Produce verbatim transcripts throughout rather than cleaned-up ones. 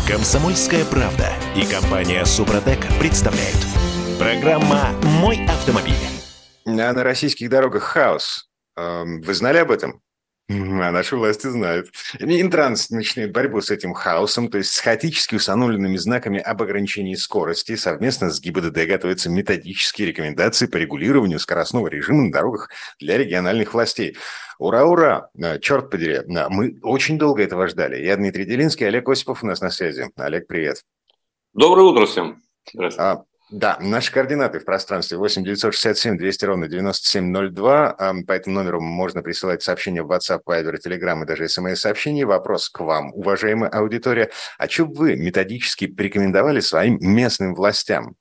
Комсомольская правда и компания «Супротек» представляют. Программа «Мой автомобиль». А на российских дорогах хаос. Вы знали об этом? А наши власти знают. Минтранс начинает борьбу с этим хаосом, то есть с хаотически установленными знаками об ограничении скорости. Совместно с ГИБДД готовятся методические рекомендации по регулированию скоростного режима на дорогах для региональных властей. Ура, ура! Черт подери, мы очень долго этого ждали. Я Дмитрий Делинский, Олег Осипов у нас на связи. Олег, привет. Доброе утро всем. Здравствуйте. А, да, наши координаты в пространстве восемь девятьсот шестьдесят семь двести ровно девяносто семь ноль два. По этому номеру можно присылать сообщения в WhatsApp, Viber, Telegram и даже смс-сообщения. Вопрос к вам, уважаемая аудитория. А что бы вы методически порекомендовали своим местным властям?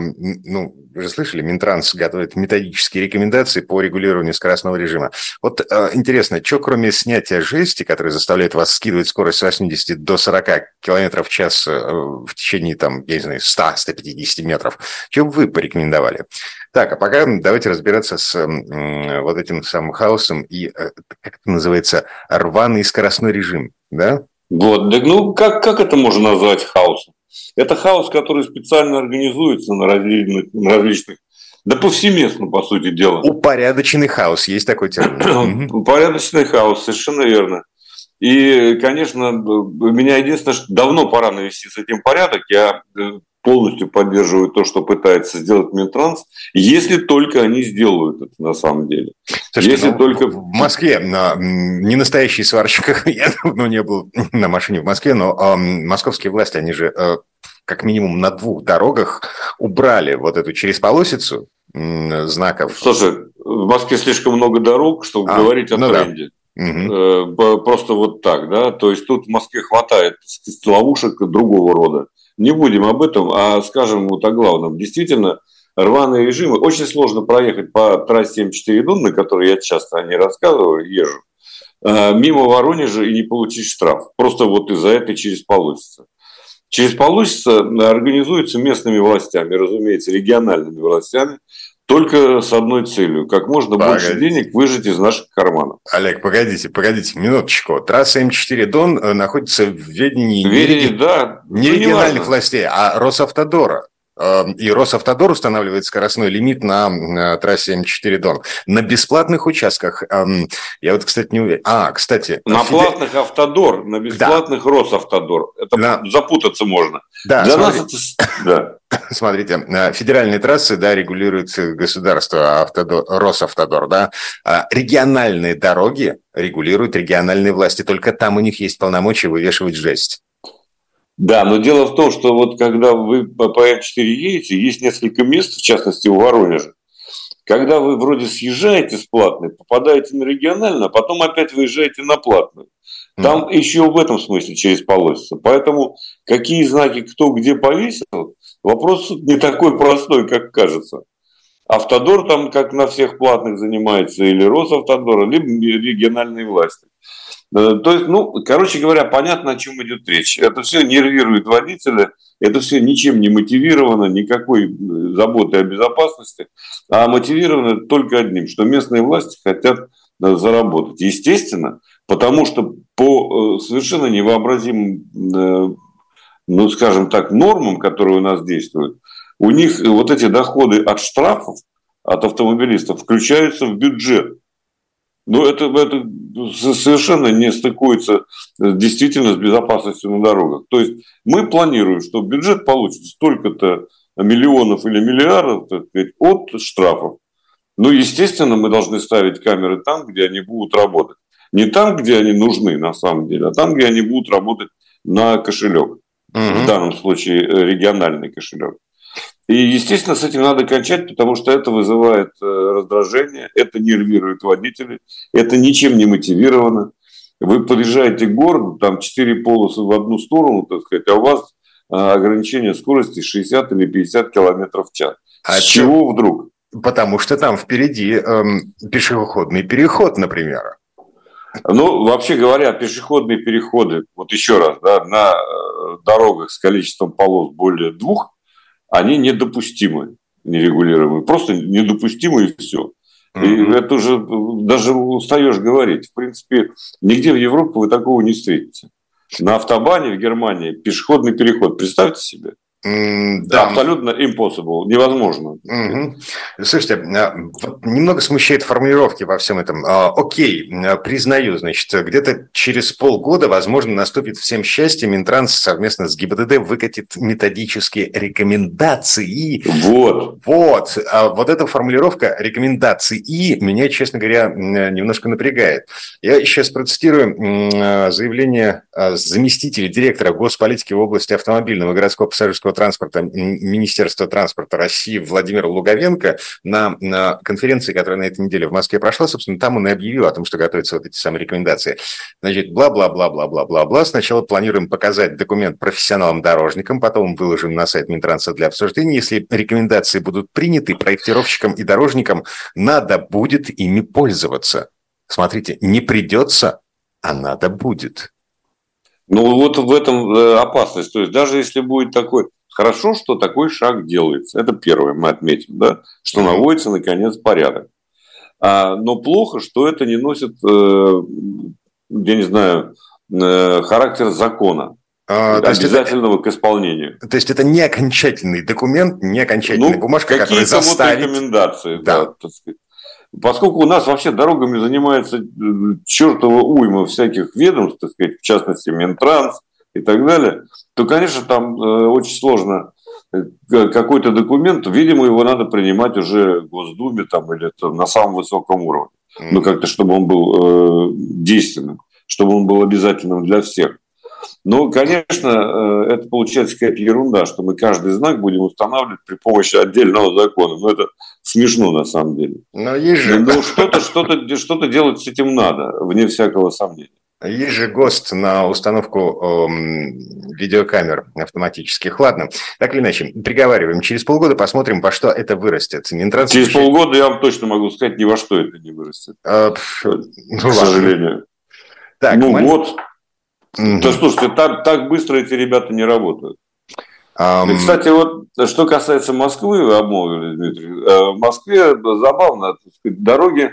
Ну, вы же слышали, Минтранс готовит методические рекомендации по регулированию скоростного режима. Вот э, интересно, что кроме снятия жести, которая заставляет вас скидывать скорость с восьмидесяти до сорока километров в час э, в течение, там, я не знаю, ста - ста пятидесяти метров, что бы вы порекомендовали? Так, а пока давайте разбираться с э, вот этим самым хаосом и, э, как это называется, рваный скоростной режим, да? Вот, да, ну, как, как это можно назвать хаосом? Это хаос, который специально организуется на различных, на различных, да повсеместно, по сути дела. Упорядоченный хаос, есть такой термин. Упорядоченный хаос, совершенно верно. И, конечно, меня единственное, что давно пора навести с этим порядок. Я полностью поддерживаю то, что пытается сделать Минтранс, если только они сделают это на самом деле. Слушайте, если ну, только... в Москве, на, не настоящий сварщик, я давно не был на машине в Москве, но э, московские власти, они же э, как минимум на двух дорогах убрали вот эту черезполосицу э, знаков. Слушай, в Москве слишком много дорог, чтобы а, говорить о ну тренде. Да. Угу. Просто вот так, да. То есть тут в Москве хватает ловушек другого рода. Не будем об этом, а скажем вот о главном. Действительно, рваные режимы. Очень сложно проехать по трассе М четыре Дон, на которой я часто о ней рассказываю, езжу, мимо Воронежа и не получить штраф. Просто вот из-за этой черезполосицы. Черезполосица организуется местными властями, разумеется, региональными властями, только с одной целью – как можно погодите. больше денег выжать из наших карманов. Олег, погодите, погодите, минуточку. Трасса М четыре Дон находится в ведении Ведении, не, да, не ну, региональных не властей, а Росавтодора. И Росавтодор устанавливает скоростной лимит на трассе М четыре Дон. На бесплатных участках, я вот, кстати, не уверен. А, кстати... На феде... платных Автодор, на бесплатных да. Росавтодор. Это на... запутаться можно. Да, Для смотри... нас это... Да. Смотрите, федеральные трассы, да, регулирует государство, Автодор, Росавтодор, да. Региональные дороги регулируют региональные власти. Только там у них есть полномочия вывешивать жесть. Да, но дело в том, что вот когда вы по М четыре едете, есть несколько мест, в частности у Воронежа, когда вы вроде съезжаете с платной, попадаете на региональную, а потом опять выезжаете на платную. Там mm. еще в этом смысле черезполосица. Поэтому какие знаки кто где повесил, вопрос не такой простой, как кажется. Автодор там как на всех платных занимается, или Росавтодор, либо региональные власти. То есть, ну, короче говоря, понятно, о чем идет речь. Это все нервирует водителя, это все ничем не мотивировано, никакой заботы о безопасности, а мотивировано только одним, что местные власти хотят заработать. Естественно, потому что по совершенно невообразимым, ну, скажем так, нормам, которые у нас действуют, у них вот эти доходы от штрафов, от автомобилистов включаются в бюджет. Но это, это совершенно не стыкуется действительно с безопасностью на дорогах. То есть мы планируем, что бюджет получит столько-то миллионов или миллиардов, так сказать, от штрафов. Ну, естественно, мы должны ставить камеры там, где они будут работать. Не там, где они нужны на самом деле, а там, где они будут работать на кошелек. Mm-hmm. В данном случае региональный кошелек. И, естественно, с этим надо кончать, потому что это вызывает раздражение, это нервирует водителей, это ничем не мотивировано. Вы подъезжаете к городу, там четыре полосы в одну сторону, так сказать, а у вас ограничение скорости шестьдесят или пятьдесят километров в час. А с чего вдруг? Потому что там впереди эм, пешеходный переход, например. Ну, вообще говоря, пешеходные переходы, вот еще раз, да, на дорогах с количеством полос более двух, они недопустимы, нерегулируемые. Просто недопустимы и все. Mm-hmm. И это уже даже устаешь говорить. В принципе, нигде в Европе вы такого не встретите. На автобане в Германии пешеходный переход. Представьте себе. Mm, да. Абсолютно impossible, невозможно. Угу. Слушайте, немного смущает формулировки во всем этом. Окей, признаю, значит, где-то через полгода, возможно, наступит всем счастье, Минтранс совместно с ГИБДД выкатит методические рекомендации. Вот. Вот. А вот эта формулировка рекомендации меня, честно говоря, немножко напрягает. Я сейчас процитирую заявление заместителя директора госполитики в области автомобильного и городского пассажирского транспорта Министерства транспорта России Владимира Луговенко на, на конференции, которая на этой неделе в Москве прошла. Собственно, там он и объявил о том, что готовятся вот эти самые рекомендации. Значит, бла-бла-бла-бла-бла-бла-бла. Сначала планируем показать документ профессионалам-дорожникам, потом выложим на сайт Минтранса для обсуждения. Если рекомендации будут приняты, проектировщикам и дорожникам надо будет ими пользоваться. Смотрите, не придется, а надо будет. Ну, вот в этом опасность. То есть, даже если будет такой... Хорошо, что такой шаг делается. Это первое, мы отметим, да, что наводится, наконец, порядок. А, но плохо, что это не носит, э, я не знаю, э, характер закона. А, обязательного это, к исполнению. То есть, это не окончательный документ, не окончательная ну, бумажка, которая заставит... вот рекомендации, да. Да, так сказать. Поскольку у нас вообще дорогами занимается чертова уйма всяких ведомств, так сказать, в частности, Минтранс и так далее, то, конечно, там э, очень сложно какой-то документ, видимо, его надо принимать уже в Госдуме там, или там, на самом высоком уровне. Mm-hmm. Ну, как-то, чтобы он был э, действенным, чтобы он был обязательным для всех. Но, конечно, э, это получается какая-то ерунда, что мы каждый знак будем устанавливать при помощи отдельного закона. Но это смешно на самом деле. Но есть же... Но что-то, что-то, что-то делать с этим надо, вне всякого сомнения. Есть же ГОСТ на установку э, видеокамер автоматических. Ладно, так или иначе, приговариваем. Через полгода посмотрим, во что это вырастет. Минтранс Через включает... полгода я вам точно могу сказать, ни во что это не вырастет. А, к ну, сожалению. Так, ну мы... вот. Угу. Да слушайте, так, так быстро эти ребята не работают. Um... И, кстати, вот что касается Москвы, вы обмолвили, Дмитрий. В Москве забавно, так сказать, дороги.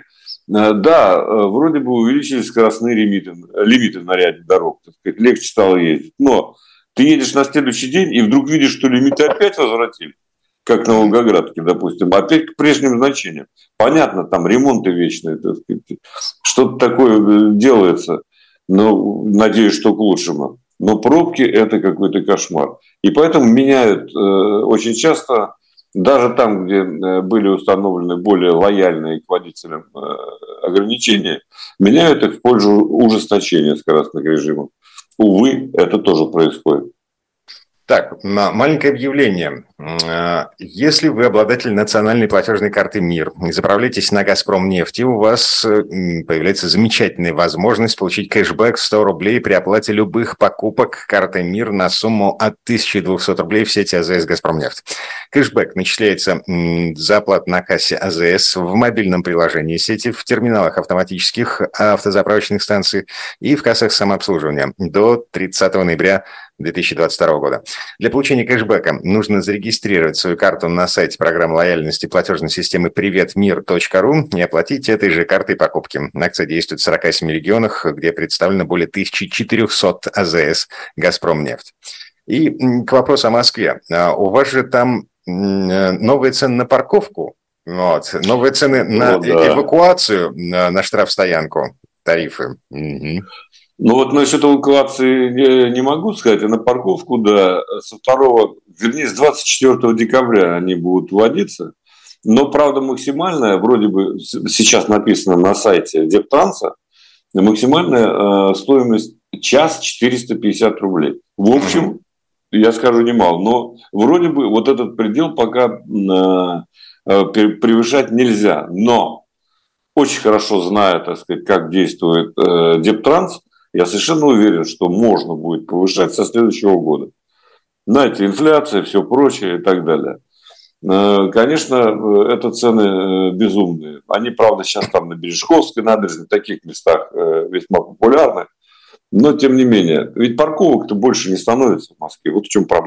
Да, вроде бы увеличились скоростные лимиты, лимиты на ряде дорог, так сказать, легче стало ездить. Но ты едешь на следующий день и вдруг видишь, что лимиты опять возвратили, как на Волгоградке, допустим, опять к прежним значениям. Понятно, там ремонты вечные, так сказать, что-то такое делается, но надеюсь, что к лучшему. Но пробки – это какой-то кошмар. И поэтому меняют э, очень часто... Даже там, где были установлены более лояльные к водителям ограничения, меняют их в пользу ужесточения скоростных режимов. Увы, это тоже происходит. Так, маленькое объявление. Если вы обладатель национальной платежной карты МИР и заправляетесь на «Газпромнефти», у вас появляется замечательная возможность получить кэшбэк сто рублей при оплате любых покупок картой МИР на сумму от тысячи двухсот рублей в сети АЗС «Газпромнефть». Кэшбэк начисляется за оплату на кассе АЗС в мобильном приложении сети, в терминалах автоматических автозаправочных станций и в кассах самообслуживания до тридцатого ноября две тысячи двадцать второго года. Для получения кэшбэка нужно зарегистрировать свою карту на сайте программы лояльности платежной системы привет мир точка ру и оплатить этой же картой покупки. Акция действует в сорока семи регионах, где представлено более тысячи четырехсот АЗС «Газпромнефть». И к вопросу о Москве. У вас же там новые цены на парковку, вот, новые цены на О, да. эвакуацию, на, на штрафстоянку, тарифы. Угу. Ну вот насчет эвакуации не, не могу сказать, а на парковку, да, со второго, вернее, с двадцать четвёртого декабря они будут вводиться, но, правда, максимальная, вроде бы сейчас написано на сайте Дептранса, максимальная э, стоимость час четыреста пятьдесят рублей. В общем, я скажу немало, но вроде бы вот этот предел пока э, э, превышать нельзя, но очень хорошо зная, так сказать, как действует э, Дептранс, я совершенно уверен, что можно будет повышать со следующего года. Знаете, инфляция, все прочее и так далее. Конечно, это цены безумные. Они, правда, сейчас там на Бережковской набережной, в таких местах весьма популярны. Но, тем не менее, ведь парковок-то больше не становится в Москве. Вот в чем проблема.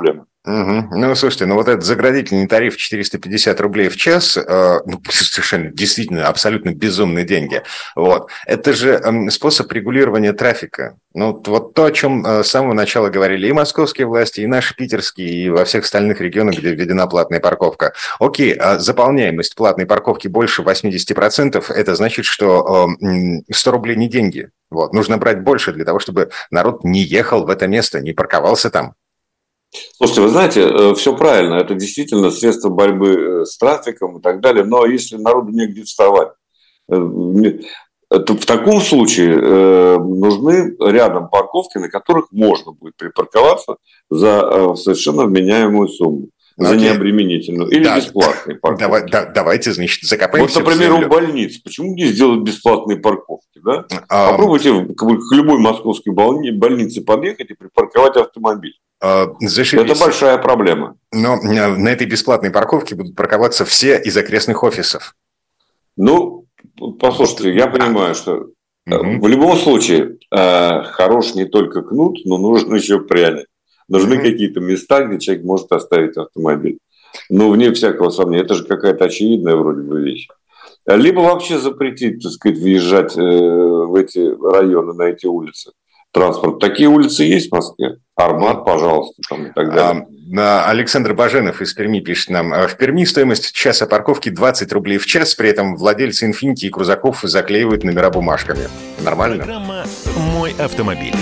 Угу. Ну, слушайте, ну вот этот заградительный тариф четыреста пятьдесят рублей в час, э, ну, совершенно действительно абсолютно безумные деньги. Вот. Это же э, способ регулирования трафика. Ну, вот то, о чем э, с самого начала говорили и московские власти, и наши питерские, и во всех остальных регионах, где введена платная парковка. Окей, а заполняемость платной парковки больше восемьдесят процентов, это значит, что э, сто рублей не деньги. Вот. Нужно брать больше для того, чтобы народ не ехал в это место, не парковался там. Слушайте, вы знаете, все правильно, это действительно средство борьбы с трафиком и так далее, но если народу негде вставать, то в таком случае нужны рядом парковки, на которых можно будет припарковаться за совершенно вменяемую сумму. За Окей. необременительную или да, бесплатные парковки. Давай, да, давайте, значит, закопаемся. Вот, например, у больниц. Почему не сделать бесплатные парковки? Да? А... Попробуйте к любой московской больнице подъехать и припарковать автомобиль. А, Это большая проблема. Но на этой бесплатной парковке будут парковаться все из окрестных офисов. Ну, послушайте, я понимаю, что угу. в любом случае хорош не только кнут, но нужен еще пряник. Нужны mm-hmm. какие-то места, где человек может оставить автомобиль. Ну, вне всякого сомнения, это же какая-то очевидная вроде бы вещь. Либо вообще запретить, так сказать, въезжать в эти районы, на эти улицы транспорт. Такие улицы есть в Москве? Арбат, пожалуйста, там и так далее. А, Александр Баженов из Перми пишет нам. В Перми стоимость часа парковки двадцать рублей в час, при этом владельцы «Инфинити» и «Крузаков» заклеивают номера бумажками. Нормально? Программа «Мой автомобиль».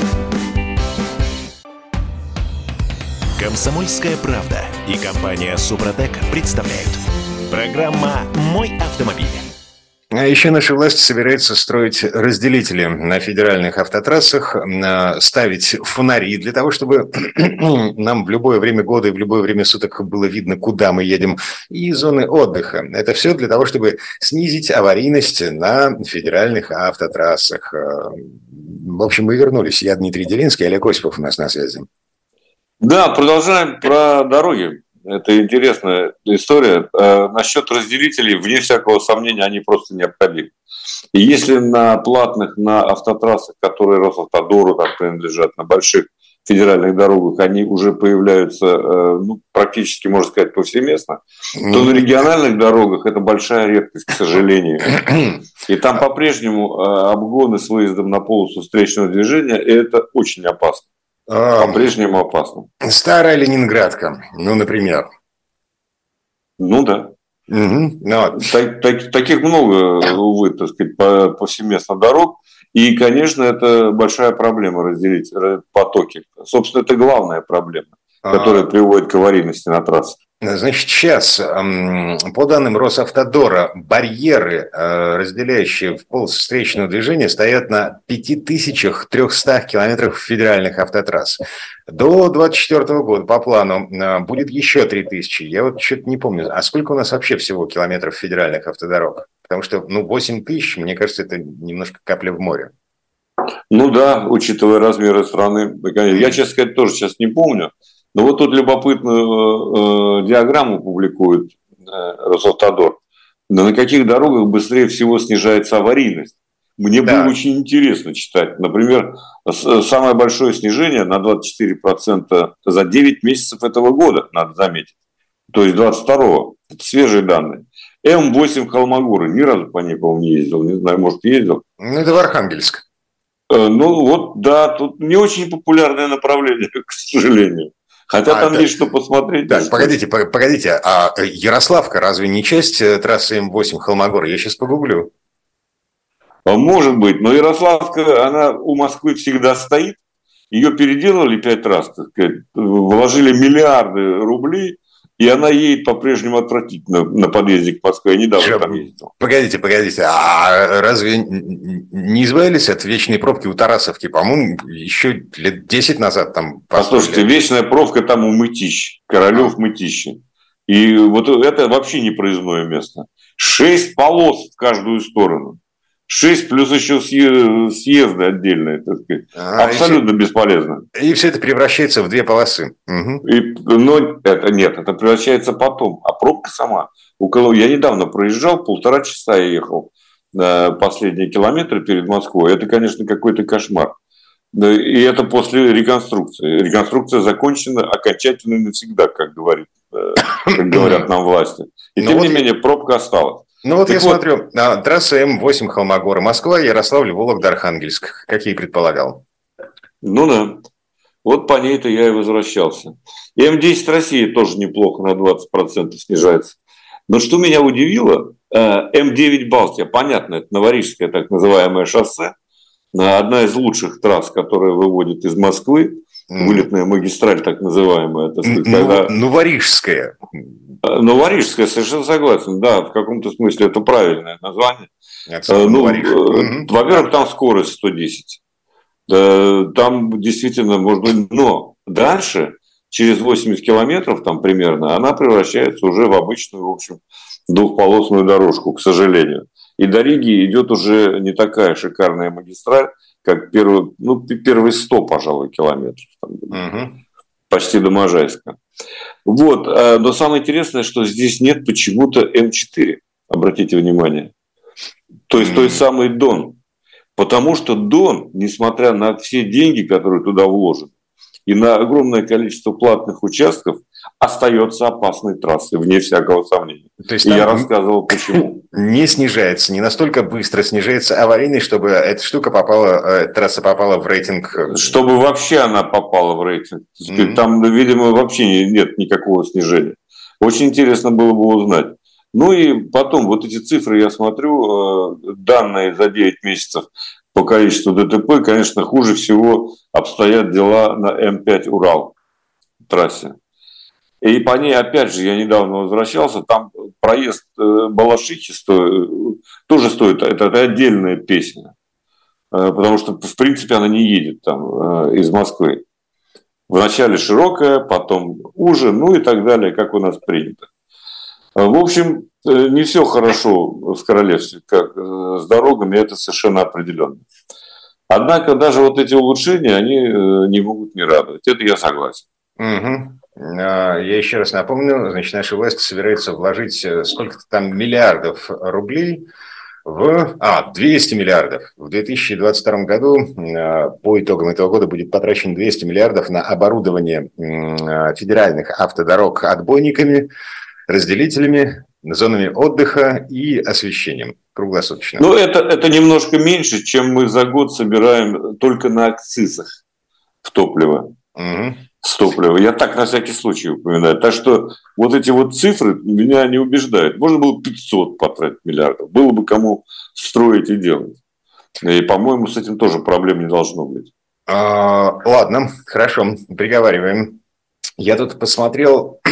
«Комсомольская правда» и компания «Супротек» представляют. Программа «Мой автомобиль». А еще наша власть собирается строить разделители на федеральных автотрассах, ставить фонари для того, чтобы нам в любое время года и в любое время суток было видно, куда мы едем, и зоны отдыха. Это все для того, чтобы снизить аварийность на федеральных автотрассах. В общем, мы вернулись. Я Дмитрий Делинский, Олег Осипов у нас на связи. Да, продолжаем про дороги. Это интересная история. Насчет разделителей, вне всякого сомнения, они просто необходимы. И если на платных, на автотрассах, которые Росавтодору там принадлежат, на больших федеральных дорогах, они уже появляются, ну, практически, можно сказать, повсеместно, то на региональных дорогах это большая редкость, к сожалению. И там по-прежнему обгоны с выездом на полосу встречного движения, и это очень опасно. По-прежнему опасно. Старая Ленинградка, ну, например. Ну, да. Угу. Ну, так, так, таких много, увы, так сказать, повсеместно дорог. И, конечно, это большая проблема разделить потоки. Собственно, это главная проблема, которая а... приводит к аварийности на трассах. Значит, сейчас, по данным Росавтодора, барьеры, разделяющие в полосу встречного движения, стоят на пять тысяч триста километрах федеральных автотрасс. До двадцать четвёртого года по плану будет еще три тысячи. Я вот что-то не помню. А сколько у нас вообще всего километров федеральных автодорог? Потому что, ну, восемь тысяч, мне кажется, это немножко капля в море. Ну да, учитывая размеры страны. Я, честно сказать, тоже сейчас не помню. Но вот тут любопытную э, диаграмму публикует э, Росавтодор. На каких дорогах быстрее всего снижается аварийность? Мне да. было очень интересно читать. Например, самое большое снижение на двадцать четыре процента за девять месяцев этого года, надо заметить. То есть двадцать второго. Это свежие данные. Эм восемь Холмогоры. Ни разу по ней, по-моему, не ездил. Не знаю, может, ездил. Ну, это в Архангельск. Э, ну, вот, да, тут не очень популярное направление, к сожалению. Хотя а, там так, есть что посмотреть. Так, погодите, погодите, а Ярославка разве не часть трассы Эм восемь Холмогоры? Я сейчас погуглю. Может быть, но Ярославка, она у Москвы всегда стоит. Ее переделали пять раз, так сказать, вложили миллиарды рублей, и она едет по-прежнему отвратительно на подъезде к Москве. Я недавно Что, там ездил. Погодите, погодите, а разве не избавились от вечной пробки у Тарасовки? По-моему, еще лет десять назад там... Послушайте, вечная пробка там у Мытищ, Королёв Мытищи. И вот это вообще не проездное место. Шесть полос в каждую сторону. Шесть плюс еще съезды отдельные, так сказать. А, абсолютно и все, бесполезно. И все это превращается в две полосы. Угу. И, но это нет, это превращается потом. А пробка сама. Около, я недавно проезжал, полтора часа я ехал на последние километры перед Москвой. Это, конечно, какой-то кошмар. Да, и это после реконструкции. Реконструкция закончена окончательно и навсегда, как, говорит, как говорят нам власти. И, тем не менее, пробка осталась. Ну вот так я вот, смотрю, трасса Эм восемь Холмогоры, Москва, Ярославль, Вологда, Архангельск. Как я и предполагал. Ну да. Вот по ней-то я и возвращался. И Эм десять Россия тоже неплохо на двадцать процентов снижается. Но что меня удивило, Эм девять Балтия, понятно, это новорижское так называемое шоссе, одна из лучших трасс, которая выводит из Москвы, вылетная магистраль так называемая. Так сказать, ну, когда... Новорижская. Новорижская, совершенно согласен, да, в каком-то смысле это правильное название. Ну, угу. Во-первых, там скорость сто десять. Там действительно можно... Но дальше, через восемьдесят километров там примерно, она превращается уже в обычную, в общем, двухполосную дорожку, к сожалению. И до Риги идет уже не такая шикарная магистраль, как первый, ну, первые сто, пожалуй, километров. Там, угу. Почти до Можайска. Вот. Но самое интересное, что здесь нет почему-то Эм четыре. Обратите внимание. То есть, mm-hmm. той самой Дон. Потому что Дон, несмотря на все деньги, которые туда вложены, и на огромное количество платных участков, остается опасной трассой, вне всякого сомнения. То есть и я рассказывал, почему. Не снижается, не настолько быстро снижается аварийность, чтобы эта штука попала, трасса попала в рейтинг. Чтобы вообще она попала в рейтинг. Mm-hmm. Там, видимо, вообще нет никакого снижения. Очень интересно было бы узнать. Ну и потом, вот эти цифры я смотрю, данные за девять месяцев по количеству ДТП, конечно, хуже всего обстоят дела на Эм пять Урал трассе. И по ней, опять же, я недавно возвращался, там проезд Балашихи стоит, тоже стоит, это, это отдельная песня, потому что, в принципе, она не едет там из Москвы. Вначале широкая, потом уже, ну и так далее, как у нас принято. В общем, не все хорошо в королевстве как с дорогами, это совершенно определенно. Однако даже вот эти улучшения, они не могут не радовать. Это я согласен. Угу. Я еще раз напомню, значит, наша власть собирается вложить сколько-то там миллиардов рублей в... А, двести миллиардов. В две тысячи двадцать втором году по итогам этого года будет потрачено двести миллиардов на оборудование федеральных автодорог отбойниками, разделителями, зонами отдыха и освещением круглосуточно. Ну, это, это немножко меньше, чем мы за год собираем только на акцизах в топливо. Угу. С топлива. Я так на всякий случай упоминаю. Так что вот эти вот цифры меня не убеждают. Можно было пятьсот потратить миллиардов. Было бы кому строить и делать. И, по-моему, с этим тоже проблем не должно быть. А, ладно, хорошо, приговариваем. Я тут посмотрел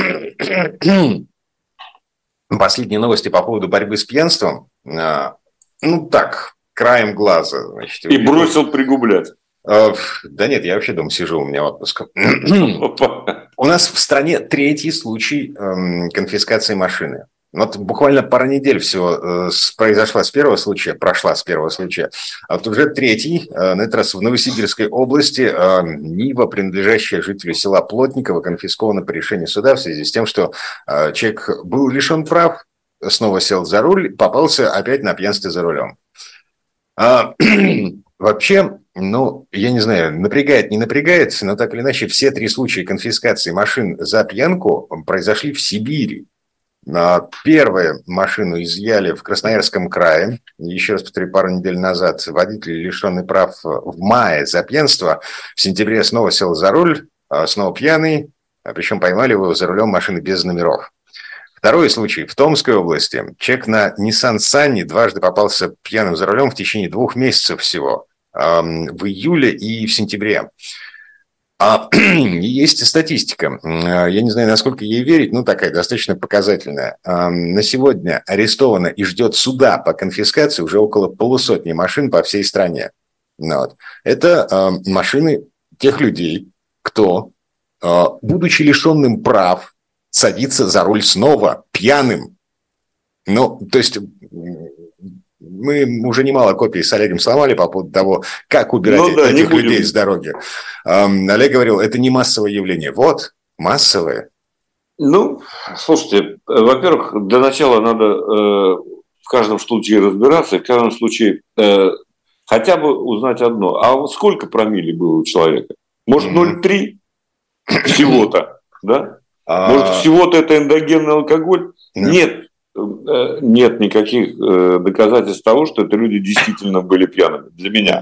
последние новости по поводу борьбы с пьянством. Ну так, краем глаза. Значит, и бросил пригублять. Да нет, я вообще дома сижу, у меня отпуск. У нас в стране третий случай конфискации машины. Вот буквально пара недель всего произошла с первого случая, прошла с первого случая. А вот уже третий, на этот раз в Новосибирской области, Нива, принадлежащая жителю села Плотниково, конфискована по решению суда в связи с тем, что человек был лишен прав, снова сел за руль, попался опять на пьянстве за рулем. Вообще, ну, я не знаю, напрягает, не напрягает, но так или иначе все три случая конфискации машин за пьянку произошли в Сибири. Первую машину изъяли в Красноярском крае. Еще раз повторю, пару недель назад водитель, лишенный прав в мае за пьянство, в сентябре снова сел за руль, снова пьяный, причем поймали его за рулем машины без номеров. Второй случай в Томской области. Человек на Nissan Sunny дважды попался пьяным за рулем в течение двух месяцев всего. В июле и в сентябре. А есть статистика. Я не знаю, насколько ей верить, но такая достаточно показательная. На сегодня арестовано и ждет суда по конфискации уже около полусотни машин по всей стране. Вот. Это машины тех людей, кто, будучи лишенным прав, садится за руль снова пьяным. Ну, то есть... Мы уже немало копий с Олегом сломали по поводу того, как убирать ну, да, этих людей с дороги. Эм, Олег говорил, это не массовое явление. Вот, массовое. Ну, слушайте, во-первых, для начала надо э, в каждом случае разбираться, в каждом случае э, хотя бы узнать одно. А вот сколько промилле было у человека? Может, ноль целых три всего-то, да? Может, всего-то это эндогенный алкоголь? Нет. Нет никаких доказательств того, что это люди действительно были пьяными. Для меня.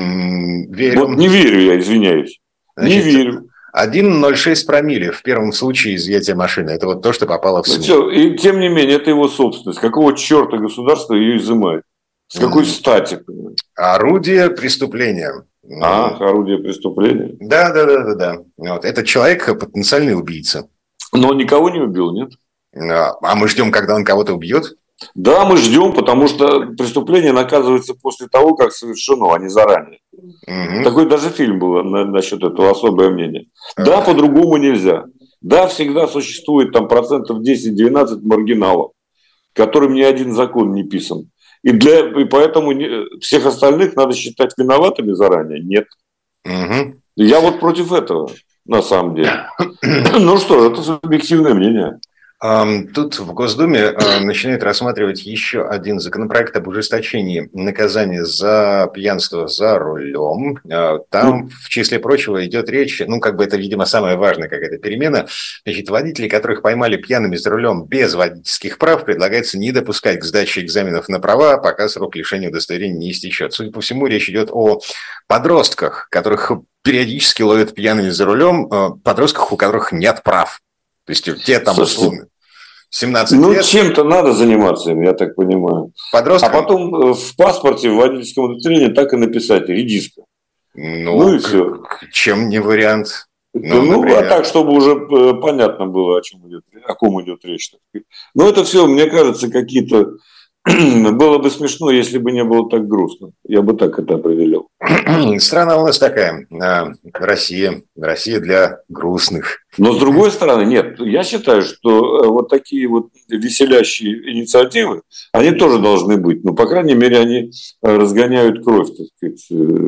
Верю. Вот не верю я, извиняюсь. Значит, не верю. один целых ноль шесть промилле в первом случае изъятия машины. Это вот то, что попало в СМИ. Все. И тем не менее, это его собственность. Какого черта государство ее изымает? С какой mm. стати? Орудие преступления. А, орудие преступления? Да, да, да, да, да. Вот. Этот человек потенциальный убийца. Но он никого не убил, нет? А мы ждем, когда он кого-то убьет? Да, мы ждем, потому что преступление наказывается после того, как совершено, а не заранее. Угу. Такой даже фильм был насчет этого, «Особое мнение». А. Да, по-другому нельзя. Да, всегда существует там процентов десять-двенадцать маргиналов, которым ни один закон не писан. И, для, и поэтому не, всех остальных надо считать виноватыми заранее. Нет. Угу. Я вот против этого, на самом деле. Ну что, это субъективное мнение. Тут в Госдуме начинают рассматривать еще один законопроект об ужесточении наказания за пьянство за рулем. Там, в числе прочего, идет речь, ну, как бы это, видимо, самая важная какая-то перемена. Значит, водителей, которых поймали пьяными за рулем без водительских прав, предлагается не допускать к сдаче экзаменов на права, пока срок лишения удостоверения не истечет. Судя по всему, речь идет о подростках, которых периодически ловят пьяными за рулем, подростках, у которых нет прав. То есть те там условно семнадцать ну, лет. Ну, чем-то надо заниматься им, я так понимаю. Подросткам? А потом в паспорте, в водительском удостоверении так и написать редиска. Ну, ну и все. Чем не вариант? Ну, ну а так, чтобы уже понятно было, о чем идет, о ком идет речь. Ну, это все, мне кажется, какие-то... Было бы смешно, если бы не было так грустно. Я бы так это определил. Страна у нас такая. Россия. Россия для грустных. Но с другой стороны, нет. Я считаю, что вот такие вот веселящие инициативы, они тоже должны быть. Ну, по крайней мере, они разгоняют кровь, так сказать,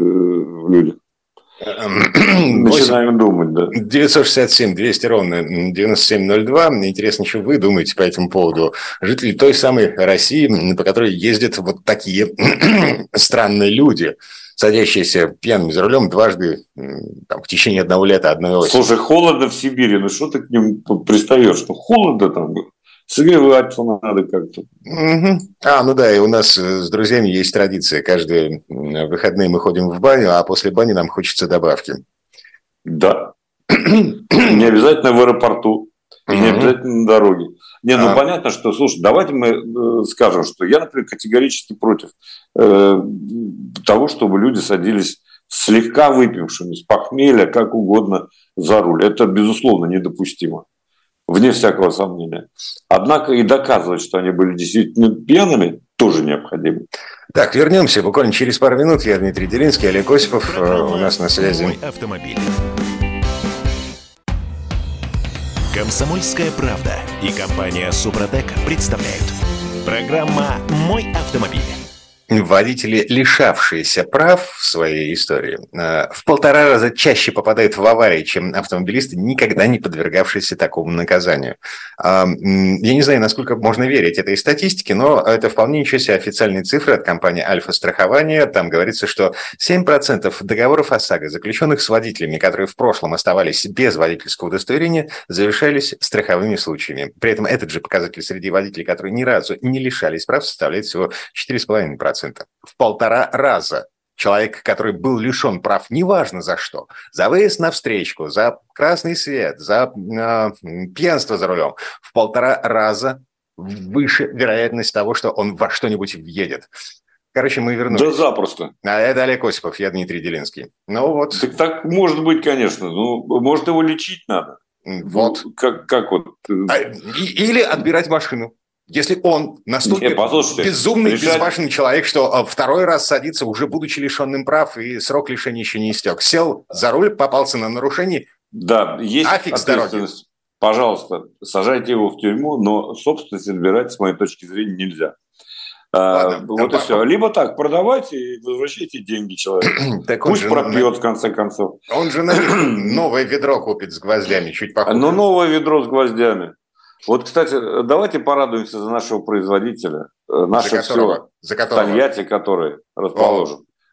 в людях. Начинаем думать, да. девятьсот шестьдесят семь двести ровно девяносто семь ноль два. Интересно, что вы думаете по этому поводу. Жители той самой России, по которой ездят вот такие странные люди, садящиеся пьяными за рулем дважды там, в течение одного лета, одной осени. Слушай, холодно в Сибири, ну что ты к ним пристаешь? Ну, холодно там было. Согреваться надо как-то. Угу. А, ну да, и у нас с друзьями есть традиция. Каждые выходные мы ходим в баню, а после бани нам хочется добавки. Да. Не обязательно в аэропорту, и не обязательно на дороге. Не, ну а... понятно, что, слушай, давайте мы скажем, что я, например, категорически против э, того, чтобы люди садились слегка выпившими, с похмелья, как угодно за руль. Это, безусловно, недопустимо. Вне всякого сомнения. Однако и доказывать, что они были действительно пьяными, тоже необходимо. Так, вернемся буквально через пару минут. Я Дмитрий Делинский, Олег Осипов. У нас на связи. Мой автомобиль. Комсомольская правда и компания Супротек представляют. Программа «Мой автомобиль». Водители, лишавшиеся прав в своей истории, в полтора раза чаще попадают в аварии, чем автомобилисты, никогда не подвергавшиеся такому наказанию. Я не знаю, насколько можно верить этой статистике, но это вполне ничего себе официальные цифры от компании «Альфа-страхование». Там говорится, что семь процентов договоров ОСАГО, заключенных с водителями, которые в прошлом оставались без водительского удостоверения, завершались страховыми случаями. При этом этот же показатель среди водителей, которые ни разу не лишались прав, составляет всего четыре целых пять десятых процента. В полтора раза человек, который был лишен прав, неважно за что, за выезд на встречку, за красный свет, за э, пьянство за рулем, в полтора раза выше вероятность того, что он во что-нибудь въедет. Короче, мы вернулись. Да запросто. А это Олег Осипов, я Дмитрий Делинский. Ну вот. Так, так может быть, конечно. Ну, может, его лечить надо. Вот. Ну, как, как вот. А, или отбирать машину. Если он настолько Не, безумный, решать... безбашенный человек, что второй раз садится, уже будучи лишенным прав, и срок лишения еще не истек. Сел за руль, попался на нарушение, да, есть нафиг с дороги. Пожалуйста, сажайте его в тюрьму, но собственность отбирать, с моей точки зрения, нельзя. Ладно, а, вот и все. Либо так, продавайте и возвращайте деньги человеку. Пусть пропьет, в конце концов. Он же новое ведро купит с гвоздями, чуть похуже. Ну, новое ведро с гвоздями. Вот, кстати, давайте порадуемся за нашего производителя, наше за которого, все, за которого? Тольятти, который расположен. О.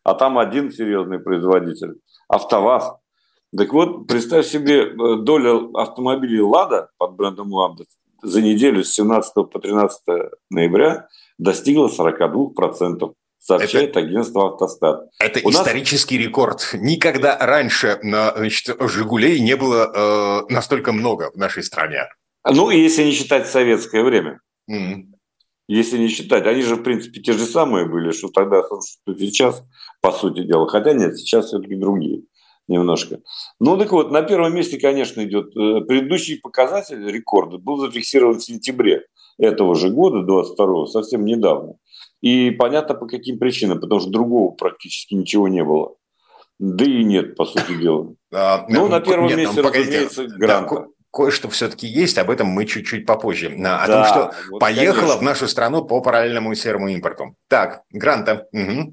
а там один серьезный производитель – АвтоВАЗ. Так вот, представь себе, доля автомобилей «Лада» под брендом «Лада» за неделю с семнадцатого по тринадцатое ноября достигла сорок два процента, сообщает это, агентство «Автостат». Это У исторический нас... рекорд. Никогда раньше, значит, «Жигулей» не было э, настолько много в нашей стране. Ну, если не считать советское время. Mm-hmm. Если не считать. Они же, в принципе, те же самые были, что тогда, что сейчас, по сути дела. Хотя нет, сейчас все-таки другие. Немножко. Ну, так вот, на первом месте, конечно, идет предыдущий показатель рекорда, был зафиксирован в сентябре этого же года, двадцать второго, совсем недавно. И понятно, по каким причинам, потому что другого практически ничего не было. Да и нет, по сути дела. А, ну, на первом нет, месте, ну, разумеется, Гранта. Да, кое-что все-таки есть, об этом мы чуть-чуть попозже. О да, том, что вот, поехала конечно. в нашу страну по параллельному серому импорту. Так, Гранта. Угу.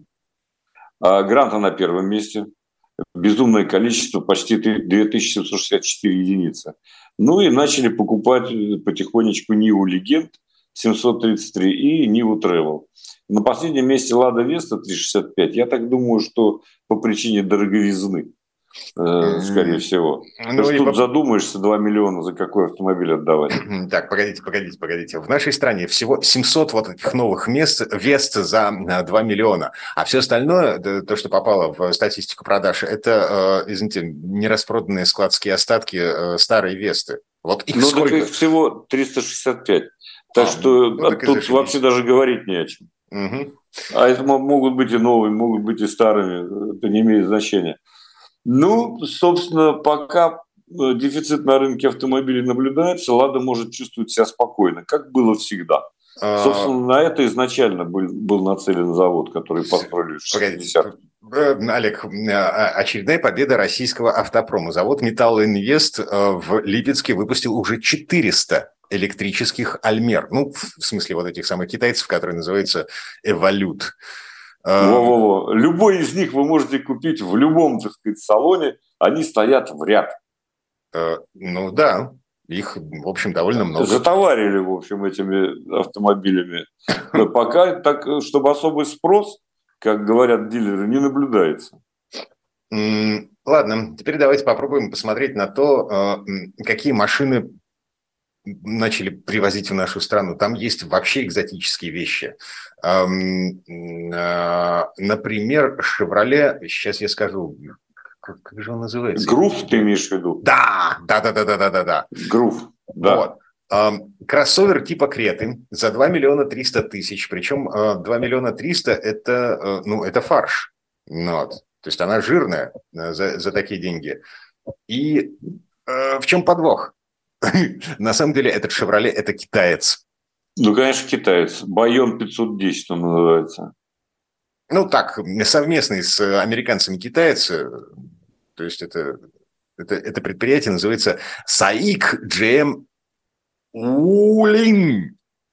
А, Гранта на первом месте. Безумное количество, почти две тысячи семьсот шестьдесят четыре единицы. Ну и начали покупать потихонечку Ниву Легенд семьсот тридцать три и Ниву Тревел. На последнем месте Лада Веста триста шестьдесят пять. Я так думаю, что по причине дороговизны, э, скорее всего. Ну, то есть тут по... задумаешься, два миллиона за какой автомобиль отдавать. Так, погодите, погодите, погодите. В нашей стране всего семьсот вот этих новых мест, Вест за два миллиона. А все остальное, то, что попало в статистику продаж, это, извините, нераспроданные складские остатки старой Весты. Вот их ну, сколько? Так их всего триста шестьдесят пять. Так а, что ну, так тут вообще даже говорить не о чем. Угу. А это могут быть и новые, могут быть и старыми. Это не имеет значения. Ну, собственно, пока дефицит на рынке автомобилей наблюдается, «Лада» может чувствовать себя спокойно, как было всегда. А... Собственно, на это изначально был, был нацелен завод, который построили в шестидесятых. Олег, очередная победа российского автопрома. Завод «Металлоинвест» в Липецке выпустил уже четыреста электрических «Альмер». Ну, в смысле вот этих самых китайцев, которые называются «Эволют». Во-во-во. Любой из них вы можете купить в любом, так сказать, салоне. Они стоят в ряд. Ну да, их, в общем, довольно много. Затоварили, в общем, этими автомобилями. Но пока, так, чтобы особый спрос, как говорят дилеры, не наблюдается. Ладно, теперь давайте попробуем посмотреть на то, какие машины начали привозить в нашу страну. Там есть вообще экзотические вещи. Например, «Шевроле», сейчас я скажу, как, как же он называется? Грув ты имеешь в виду? Да, да, да, да, да, да, да, да. Грув, да. Вот. Кроссовер типа Креты за два миллиона триста тысяч, причем два миллиона триста это, ну, это фарш. Вот. То есть она жирная за, за такие деньги. И э, в чем подвох? На самом деле этот «Шевроле» – это китаец. Ну, конечно, китаец. Байон пятьсот десять он называется. Ну, так, совместный с американцами китаец. То есть это, это, это предприятие называется Саик джи эм Wuling.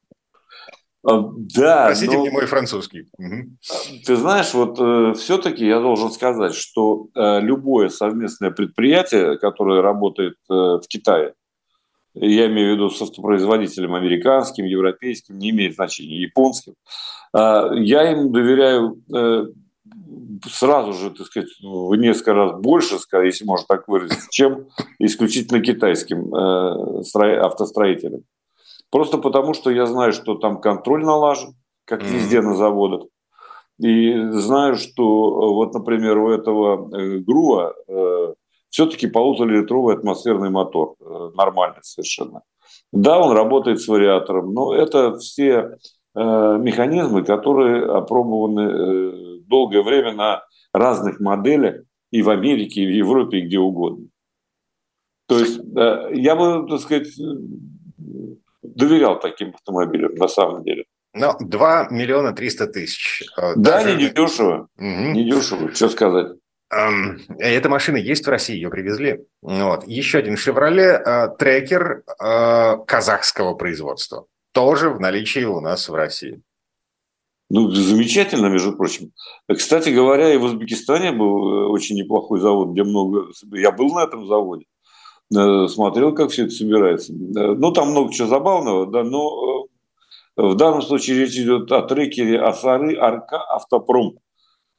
Да, простите но... мне мой французский. Угу. Ты знаешь, вот э, все-таки я должен сказать, что э, любое совместное предприятие, которое работает э, в Китае, я имею в виду с автопроизводителем американским, европейским, не имеет значения, японским, э, я им доверяю э, сразу же, так сказать, в несколько раз больше, если можно так выразиться, чем исключительно китайским э, автостроителям. Просто потому, что я знаю, что там контроль налажен, как mm-hmm. везде на заводах. И знаю, что вот, например, у этого э, Грува э, все-таки полуторалитровый атмосферный мотор. Э, нормальный совершенно. Да, он работает с вариатором, но это все э, механизмы, которые опробованы э, долгое время на разных моделях и в Америке, и в Европе, и где угодно. То есть э, я бы, так сказать... доверял таким автомобилям, на самом деле. Ну, два миллиона триста тысяч. Да, даже... не дешево. Угу. Не дешево, что сказать. Эм, эта машина есть в России, ее привезли. Вот. Еще один «Шевроле» э, трекер э, казахского производства. Тоже в наличии у нас в России. Ну, замечательно, между прочим. Кстати говоря, и в Узбекистане был очень неплохой завод, где много... Я был на этом заводе. Смотрел, как все это собирается. Ну, там много чего забавного, да, но в данном случае речь идет о трекере Асары Арка Автопром.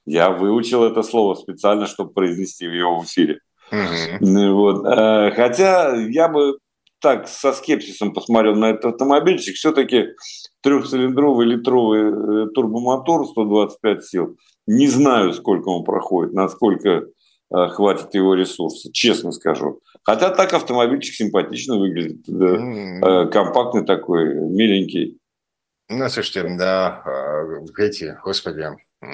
Я выучил это слово специально, чтобы произнести его в эфире. Угу. Вот. Хотя я бы так со скепсисом посмотрел на этот автомобильчик. Все-таки трехцилиндровый литровый турбомотор сто двадцать пять сил. Не знаю, сколько он проходит, насколько хватит его ресурса, честно скажу. Хотя так автомобильчик симпатично выглядит. Да. Mm-hmm. Компактный такой, миленький. Ну, слушайте, да, эти, господи,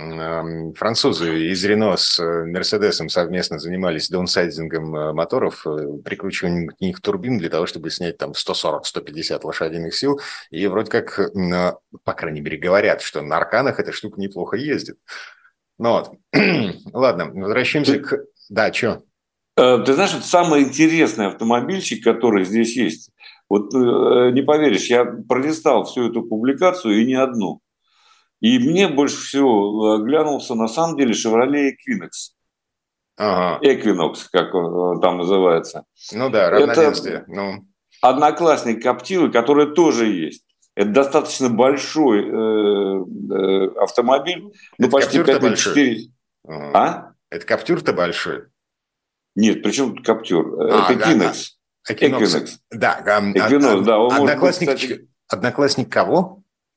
французы из Рено с Мерседесом совместно занимались даунсайдингом моторов, прикручиванием к них турбин для того, чтобы снять там сто сорок - сто пятьдесят лошадиных сил. И вроде как, по крайней мере, говорят, что на Арканах эта штука неплохо ездит. Ну вот, ладно, возвращаемся Ты... к... Да, что? Ты знаешь, вот самый интересный автомобильчик, который здесь есть, вот не поверишь, я пролистал всю эту публикацию и не одну. И мне больше всего глянулся на самом деле Chevrolet Equinox. Ага. Equinox, как он там называется. Ну да, равноденствие. Это ну. одноклассник Captiva, который тоже есть. Это достаточно большой э, э, автомобиль. Ну, Это почти Captur-то пять четыре. Ага. А? Это Captur-то большой? Нет, причем тут Captur. А, это Equinox. Да, Equinox. Equinox. Да, Equinox, да. Он одноклассник, может быть, кстати... одноклассник кого?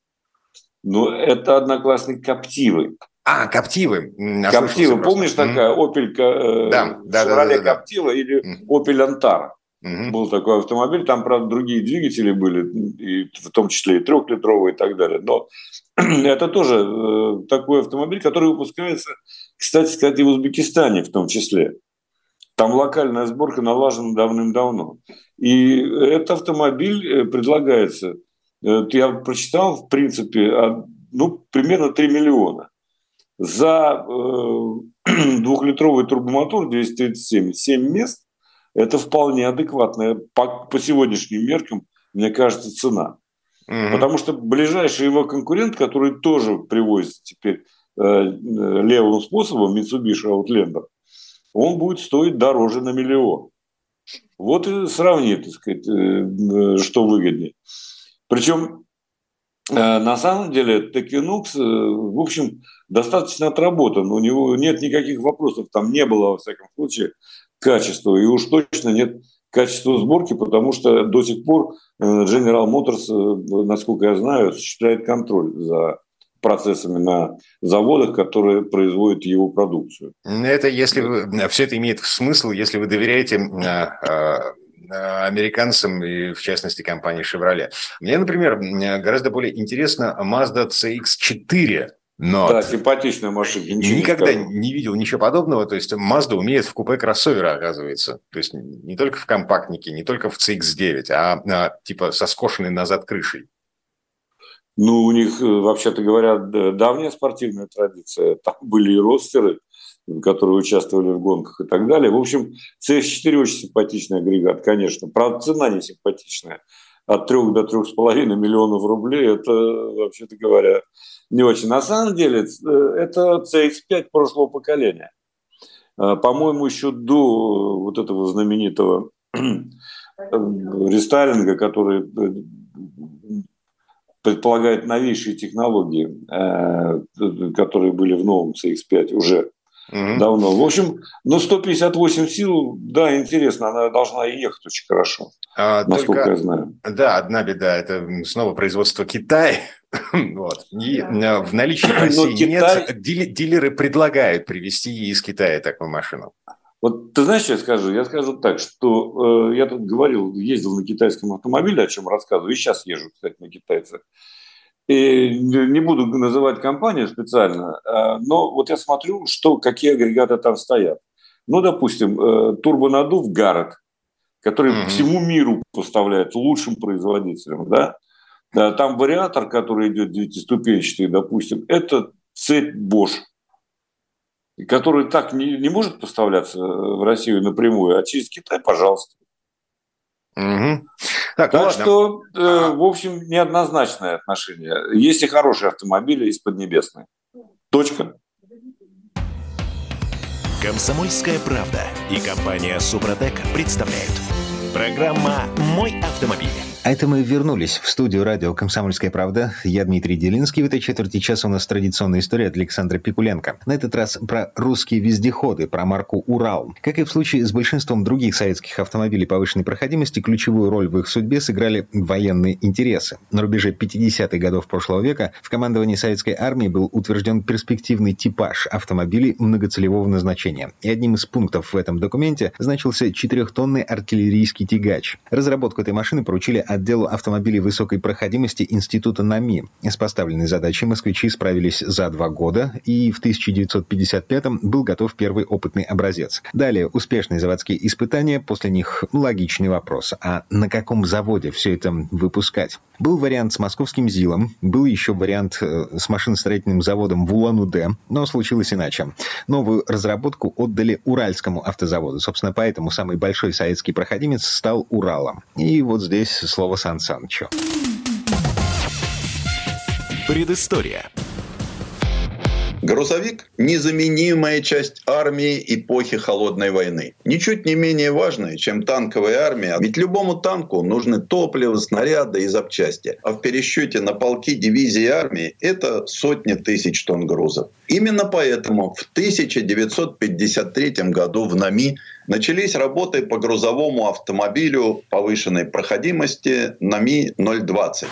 Ну, это одноклассник Captiva. А, Captiva. Captiva, помнишь, mm-hmm. такая Opel э, да, да, Chevrolet да, да, Captiva да. или mm-hmm. Opel Antara? Mm-hmm. Был такой автомобиль, там, правда, другие двигатели были, и в том числе и трехлитровые и так далее. Но это тоже э, такой автомобиль, который выпускается, кстати сказать, и в Узбекистане в том числе. Там локальная сборка налажена давным-давно. И этот автомобиль предлагается, я прочитал, в принципе, ну, примерно три миллиона. За э, двухлитровый турбомотор двести тридцать семь, семь мест, это вполне адекватная по, по сегодняшним меркам, мне кажется, цена. Mm-hmm. Потому что ближайший его конкурент, который тоже привозит теперь э, левым способом, Mitsubishi Outlander, он будет стоить дороже на миллион. Вот и сравни, так сказать, что выгоднее. Причем, на самом деле, Equinox, в общем, достаточно отработан. У него нет никаких вопросов. Там не было, во всяком случае, качества. И уж точно нет качества сборки, потому что до сих пор General Motors, насколько я знаю, осуществляет контроль за процессами на заводах, которые производят его продукцию. Это если вы, все это имеет смысл, если вы доверяете американцам и, в частности, компании Chevrolet. Мне, например, гораздо более интересна Mazda си икс четыре. Но да, симпатичная машина. Никогда не, не видел ничего подобного. То есть Mazda умеет в купе кроссовера, оказывается. То есть не только в компактнике, не только в си икс девять, а, а типа со скошенной назад крышей. Ну, у них, вообще-то говоря, давняя спортивная традиция. Там были и ростеры, которые участвовали в гонках и так далее. В общем, си икс четыре очень симпатичный агрегат, конечно. Правда, цена не симпатичная. От трех до трех с половиной миллионов рублей, это, вообще-то говоря, не очень. На самом деле, это си икс пять прошлого поколения. По-моему, еще до вот этого знаменитого рестайлинга, который предполагает новейшие технологии, которые были в новом си икс пять уже mm-hmm. давно. В общем, ну, сто пятьдесят восемь сил, да, интересно, она должна и ехать очень хорошо, а, насколько только, я знаю. Да, одна беда, это снова производство Китая. Вот. И в наличии в России Китай... нет. Дилеры предлагают привезти из Китая такую машину. Вот ты знаешь, что я скажу? Я скажу так, что э, я тут говорил, ездил на китайском автомобиле, о чем рассказываю, и сейчас езжу, кстати, на китайцах. И не буду называть компанию специально, э, но вот я смотрю, что, какие агрегаты там стоят. Ну, допустим, э, турбонаддув Гаррет, который mm-hmm. всему миру поставляет лучшим производителям, да? Там вариатор, который идет девятиступенчатый, допустим, это цепь Bosch, который так не, не может поставляться в Россию напрямую, а через Китай, пожалуйста. Угу. Так, так ладно. что, э, в общем, неоднозначное отношение. Есть и хорошие автомобили из Поднебесной. Точка. Комсомольская правда и компания Супротек представляют. Программа «Мой автомобиль». А это мы вернулись в студию радио «Комсомольская правда». Я Дмитрий Делинский. В этой четверти часа у нас традиционная история от Александра Пикуленко. На этот раз про русские вездеходы, про марку «Урал». Как и в случае с большинством других советских автомобилей повышенной проходимости, ключевую роль в их судьбе сыграли военные интересы. На рубеже пятидесятых годов прошлого века в командовании советской армии был утвержден перспективный типаж автомобилей многоцелевого назначения. И одним из пунктов в этом документе значился четырехтонный артиллерийский тягач. Разработку этой машины поручили отделу автомобилей высокой проходимости Института НАМИ. С поставленной задачей москвичи справились за два года, и в тысяча девятьсот пятьдесят пятом был готов первый опытный образец. Далее успешные заводские испытания, после них логичный вопрос: а на каком заводе все это выпускать? Был вариант с московским ЗИЛом, был еще вариант с машиностроительным заводом в Улан-Удэ, но случилось иначе. Новую разработку отдали Уральскому автозаводу. Собственно, поэтому самый большой советский проходимец стал Уралом. И вот здесь слово Сан Санычу. Предыстория. Грузовик – незаменимая часть армии эпохи Холодной войны. Ничуть не менее важная, чем танковая армия, ведь любому танку нужны топливо, снаряды и запчасти. А в пересчете на полки, дивизии армии – это сотни тысяч тонн грузов. Именно поэтому в тысяча девятьсот пятьдесят третьем году в НАМИ начались работы по грузовому автомобилю повышенной проходимости НАМИ ноль двадцать.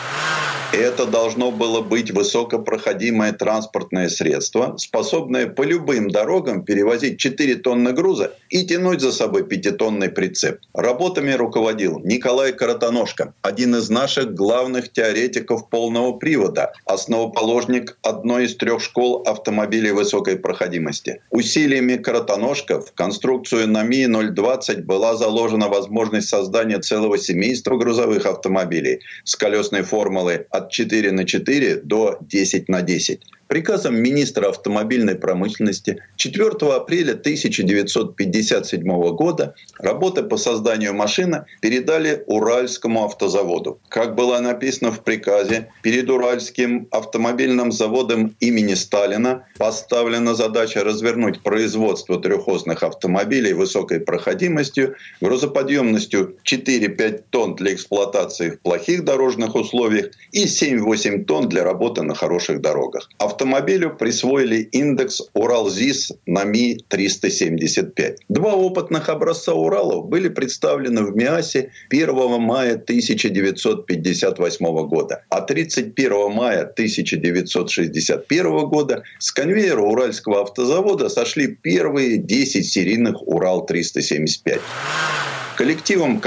Это должно было быть высокопроходимое транспортное средство, способное по любым дорогам перевозить четыре тонны груза и тянуть за собой пятитонный прицеп. Работами руководил Николай Коротоножко, один из наших главных теоретиков полного привода, основоположник одной из трех школ автомобилей высокой проходимости. Усилиями Коротоножко в конструкцию НАМИ ноль двадцать была заложена возможность создания целого семейства грузовых автомобилей с колесной формулой от четыре на четыре до десять на десять. Приказом министра автомобильной промышленности четвёртого апреля тысяча девятьсот пятьдесят седьмого года работы по созданию машины передали Уральскому автозаводу. Как было написано в приказе, перед Уральским автомобильным заводом имени Сталина поставлена задача развернуть производство трехосных автомобилей высокой проходимостью, грузоподъемностью четыре-пять тонн для эксплуатации в плохих дорожных условиях и семь-восемь тонн для работы на хороших дорогах. Автомобилю присвоили индекс Урал-ЗИС НАМИ триста семьдесят пять. Два опытных образца Уралов были представлены в МИАСе первого мая тысяча девятьсот пятьдесят восьмого года, а тридцать первого мая тысяча девятьсот шестьдесят первого года с конвейера Уральского автозавода сошли первые десять серийных Урал триста семьдесят пять. Коллективом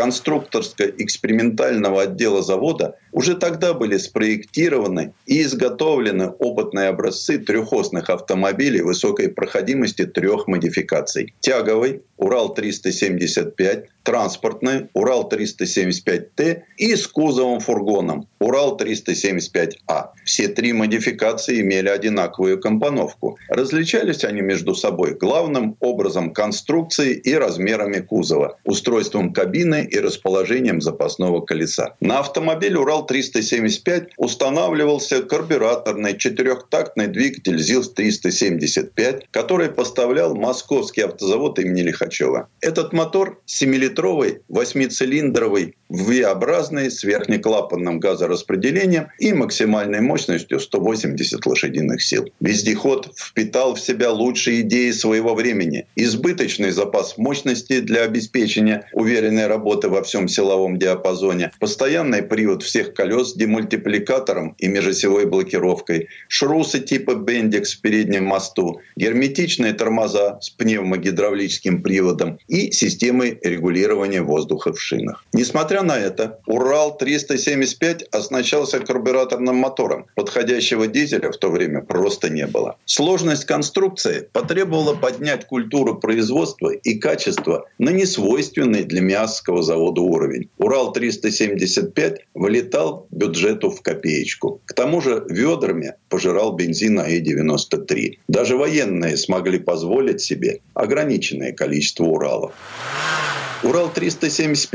конструкторско-экспериментального отдела завода уже тогда были спроектированы и изготовлены опытные образцы трехосных автомобилей высокой проходимости трех модификаций: тяговый Урал триста семьдесят пять, транспортный Урал триста семьдесят пять Т и с кузовом-фургоном Урал триста семьдесят пять А. Все три модификации имели одинаковую компоновку. Различались они между собой главным образом конструкцией и размерами кузова, устройством кабины и расположением запасного колеса. На автомобиль Урал триста семьдесят пять устанавливался карбюраторный четырехтактный двигатель ЗИЛ триста семьдесят пять, который поставлял Московский автозавод имени Лихачева. Этот мотор семилитровый, восьмицилиндровый, V-образный, с верхнеклапанным газораспределением и максимальной мощностью сто восемьдесят лошадиных сил. Вездеход впитал в себя лучшие идеи своего времени: избыточный запас мощности для обеспечения уверенной работы во всем силовом диапазоне, постоянный привод всех колес с демультипликатором и межосевой блокировкой, шрусы типа Бендикс в переднем мосту, герметичные тормоза с пневмогидравлическим приводом и системой регулирования воздуха в шинах. Несмотря на это, Урал триста семьдесят пять оснащался карбюраторным мотором. Подходящего дизеля в то время просто не было. Сложность конструкции потребовала поднять культуру производства и качества на несвойственный для МИАСского завода уровень. Урал триста семьдесят пять вылетал бюджету в копеечку. К тому же ведрами пожирал бензин А И девяносто три. Даже военные смогли позволить себе ограниченное количество Уралов. Урал триста семьдесят пять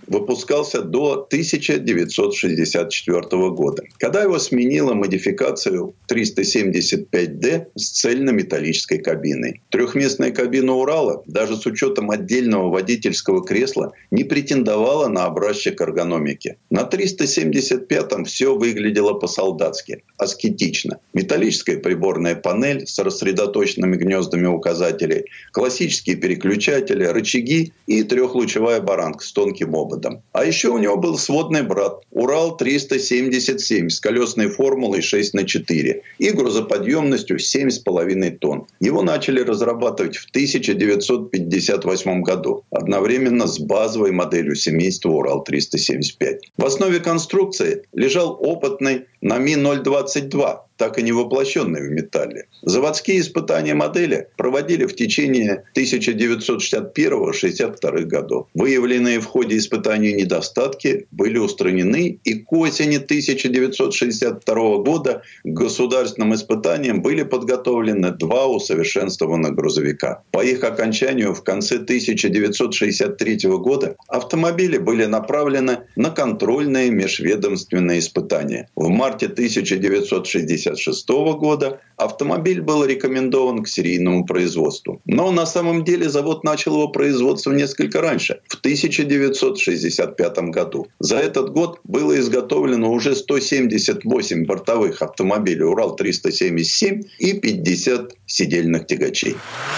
выпускался до тысяча девятьсот шестьдесят четвёртого года, когда его сменила модификация триста семьдесят пять дэ с цельнометаллической кабиной. Трехместная кабина Урала, даже с учетом отдельного водительского кресла, не претендовала на образчик эргономики. На триста семьдесят пятом все выглядело по-солдатски, аскетично. Металлическая приборная панель с рассредоточенными гнездами указателей, классические переключатели, рычаги и трехлучевая баранка с тонким ободом. А еще у него был сводный брат Урал триста семьдесят семь с колесной формулой шесть на четыре и грузоподъемностью семь с половиной тонн. Его начали разрабатывать в тысяча девятьсот пятьдесят восьмом году, одновременно с базовой моделью семейства Урал триста семьдесят пять. В основе конструкции лежал опытный НАМИ ноль двадцать два, так и не воплощенный в металле. Заводские испытания модели проводили в течение тысяча девятьсот шестьдесят первого — шестьдесят второго годов. Выявленные в ходе испытаний недостатки были устранены, и к осени тысяча девятьсот шестьдесят второго года к государственным испытаниям были подготовлены два усовершенствованных грузовика. По их окончанию в конце тысяча девятьсот шестьдесят третьего года автомобили были направлены на контрольные межведомственные испытания. В марте тысяча девятьсот шестьдесят шестого года автомобиль был рекомендован к серийному производству. Но на самом деле завод начал его производство несколько раньше, в тысяча девятьсот шестьдесят пятом году. За этот год было изготовлено уже сто семьдесят восемь бортовых автомобилей Урал триста семьдесят семь и пятьдесят сидельных тягачей.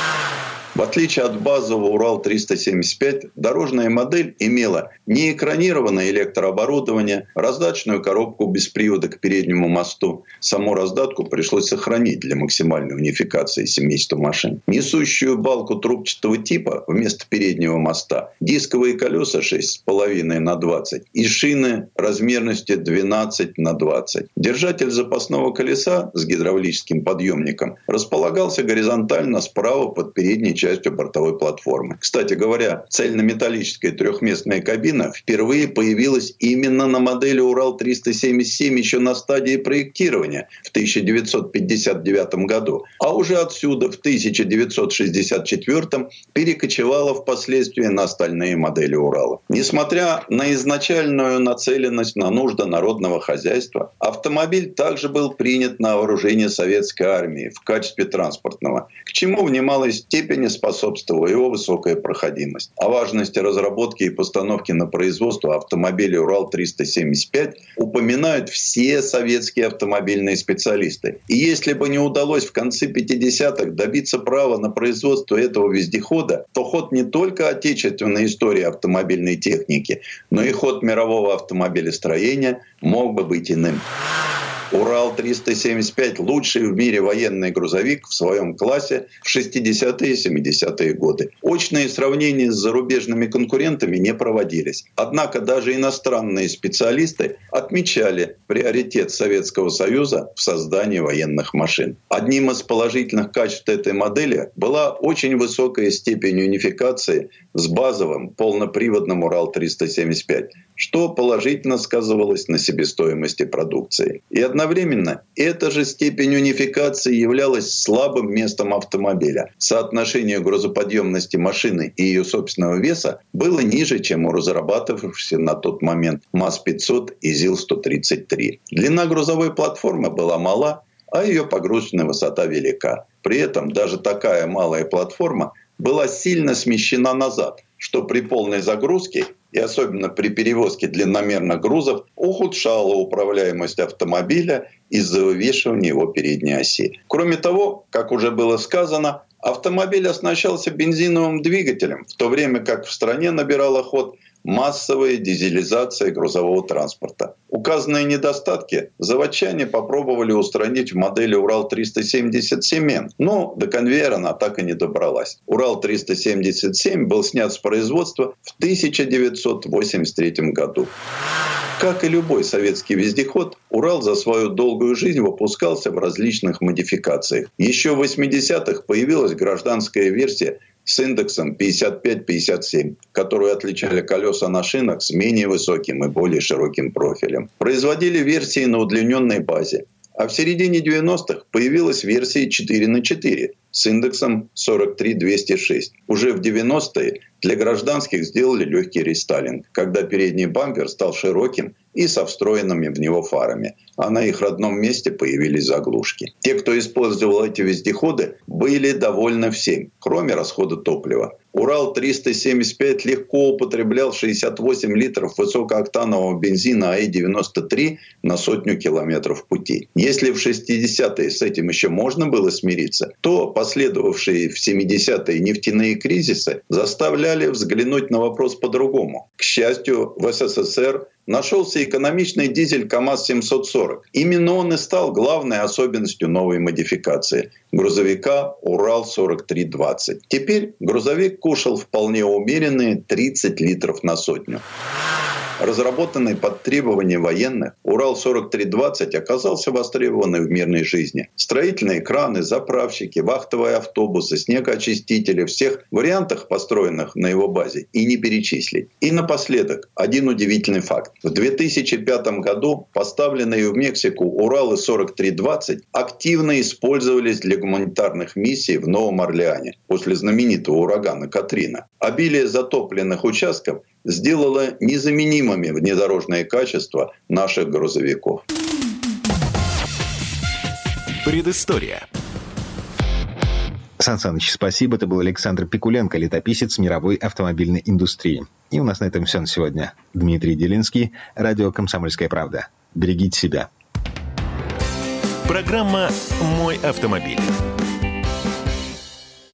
В отличие от базового Урал триста семьдесят пять, дорожная модель имела неэкранированное электрооборудование, раздаточную коробку без привода к переднему мосту. Саму раздатку пришлось сохранить для максимальной унификации семейства машин. Несущую балку трубчатого типа вместо переднего моста, дисковые колеса шесть с половиной на двадцать и шины размерности двенадцать на двадцать. Держатель запасного колеса с гидравлическим подъемником располагался горизонтально справа под передней частью бортовой платформы. Кстати говоря, цельнометаллическая трехместная кабина впервые появилась именно на модели Урал триста семьдесят семь еще на стадии проектирования в тысяча девятьсот пятьдесят девятом году, а уже отсюда в тысяча девятьсот шестьдесят четвёртом перекочевала впоследствии на остальные модели Урала. Несмотря на изначальную нацеленность на нужды народного хозяйства, автомобиль также был принят на вооружение советской армии в качестве транспортного, к чему в немалой степени способствовала его высокая проходимость. О важности разработки и постановки на производство автомобилей Урал триста семьдесят пять упоминают все советские автомобильные специалисты. И если бы не удалось в конце пятидесятых добиться права на производство этого вездехода, то ход не только отечественной истории автомобильной техники, но и ход мирового автомобилестроения мог бы быть иным. Урал триста семьдесят пять – лучший в мире военный грузовик в своем классе в шестидесятые и семидесятые годы. Очные сравнения с зарубежными конкурентами не проводились. Однако даже иностранные специалисты отмечали приоритет Советского Союза в создании военных машин. Одним из положительных качеств этой модели была очень высокая степень унификации с базовым полноприводным Урал триста семьдесят пять, что положительно сказывалось на себестоимости продукции. И одновременно эта же степень унификации являлась слабым местом автомобиля. Соотношение грузоподъемности машины и ее собственного веса было ниже, чем у разрабатывавшихся на тот момент МАЗ пятьсот и ЗИЛ сто тридцать три. Длина грузовой платформы была мала, а ее погрузочная высота велика. При этом даже такая малая платформа была сильно смещена назад, что при полной загрузке и особенно при перевозке длинномерных грузов ухудшало управляемость автомобиля из-за вывешивания его передней оси. Кроме того, как уже было сказано, автомобиль оснащался бензиновым двигателем, в то время как в стране набирала ход массовая дизелизация грузового транспорта. Указанные недостатки заводчане попробовали устранить в модели Урал триста семьдесят семь эн, но до конвейера она так и не добралась. Урал триста семьдесят семь был снят с производства в тысяча девятьсот восемьдесят третьем году. Как и любой советский вездеход, Урал за свою долгую жизнь выпускался в различных модификациях. Еще в восьмидесятых появилась гражданская версия с индексом пятьдесят пять пятьдесят семь, которую отличали колеса на шинах с менее высоким и более широким профилем. Производили версии на удлиненной базе. А в середине девяностых появилась версия четыре на четыре с индексом сорок три двести шесть. Уже в девяностые для гражданских сделали легкий рестайлинг, когда передний бампер стал широким и со встроенными в него фарами, а на их родном месте появились заглушки. Те, кто использовал эти вездеходы, были довольны всем, кроме расхода топлива. Урал триста семьдесят пять легко употреблял шестьдесят восемь литров высокооктанового бензина АЭ девяносто три на сотню километров пути. Если в шестидесятые с этим еще можно было смириться, то последовавшие в семидесятые нефтяные кризисы заставляли взглянуть на вопрос по-другому. К счастью, в СССР нашелся экономичный дизель КАМАЗ семьсот сорок. Именно он и стал главной особенностью новой модификации – грузовика Урал сорок три двадцать. Теперь грузовик кушал вполне умеренные тридцать литров на сотню. Разработанный под требования военных, Урал сорок три двадцать оказался востребованным в мирной жизни. Строительные краны, заправщики, вахтовые автобусы, снегоочистители – всех вариантах, построенных на его базе, и не перечислить. И напоследок, один удивительный факт. В две тысячи пятом году поставленные в Мексику Уралы сорок три двадцать активно использовались для гуманитарных миссий в Новом Орлеане после знаменитого урагана Катрина. Обилие затопленных участков сделало незаменимыми внедорожные качества наших грузовиков. Предыстория. Сан Саныч, спасибо. Это был Александр Пикуленко, летописец мировой автомобильной индустрии. И у нас на этом все на сегодня. Дмитрий Делинский, радио «Комсомольская правда». Берегите себя. Программа «Мой автомобиль».